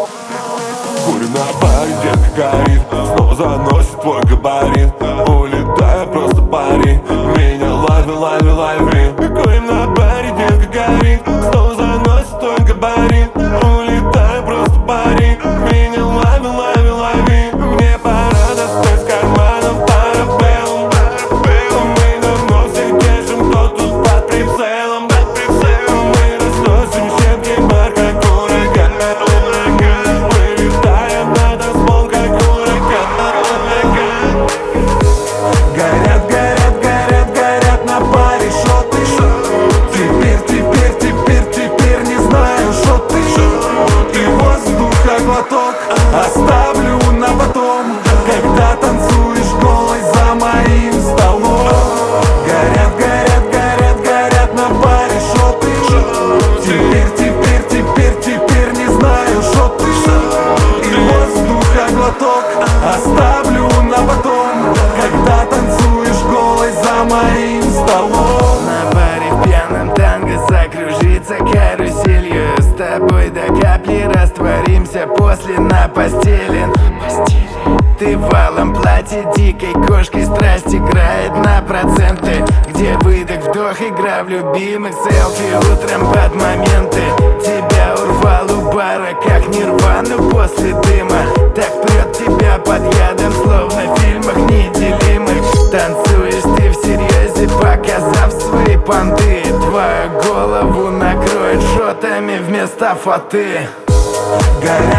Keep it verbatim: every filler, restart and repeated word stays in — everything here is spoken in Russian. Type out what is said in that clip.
Курю на баре, детка горит, снова заносит твой габарит. Улетаю, просто пари, меня лови, лови, лови. Курим на баре, детка горит, снова заносит твой габарит. Улетаю, просто пари, меня лови, лови, лови. Мне пора достать с карманов парабеллум. Мы давно все держим, кто тут под прицелом. Мы разносим щепки бар, как ураган. Вылетаем на танцпол, как ураган. Горят, горят, горят, горят на баре шоты. Теперь, теперь, теперь, теперь не знаю, что ты. И воздуха глоток оставлю на потом, когда танцуешь голой за моим столом. Горят, горят, горят, горят на баре шоты. Теперь, теперь, теперь, теперь не знаю, что ты. И воздуха глоток оставлю на потом, когда танцуешь голой за моим столом. На баре в пьяном танго закружиться каруселью. С тобой до капли растворимся после на постели. Ты в алом платье дикой кошкой, страсть играет на проценты. Где выдох, вдох, игра в любимых селфи утром под моменты. Тебя урвал у бара, как нирвану после дыма. Так прет тебя под ядом, словно в фильмах неделимых. Танцуешь ты в серьезе, показав свои понты. Твою голову накроет шотами вместо фаты. Горят,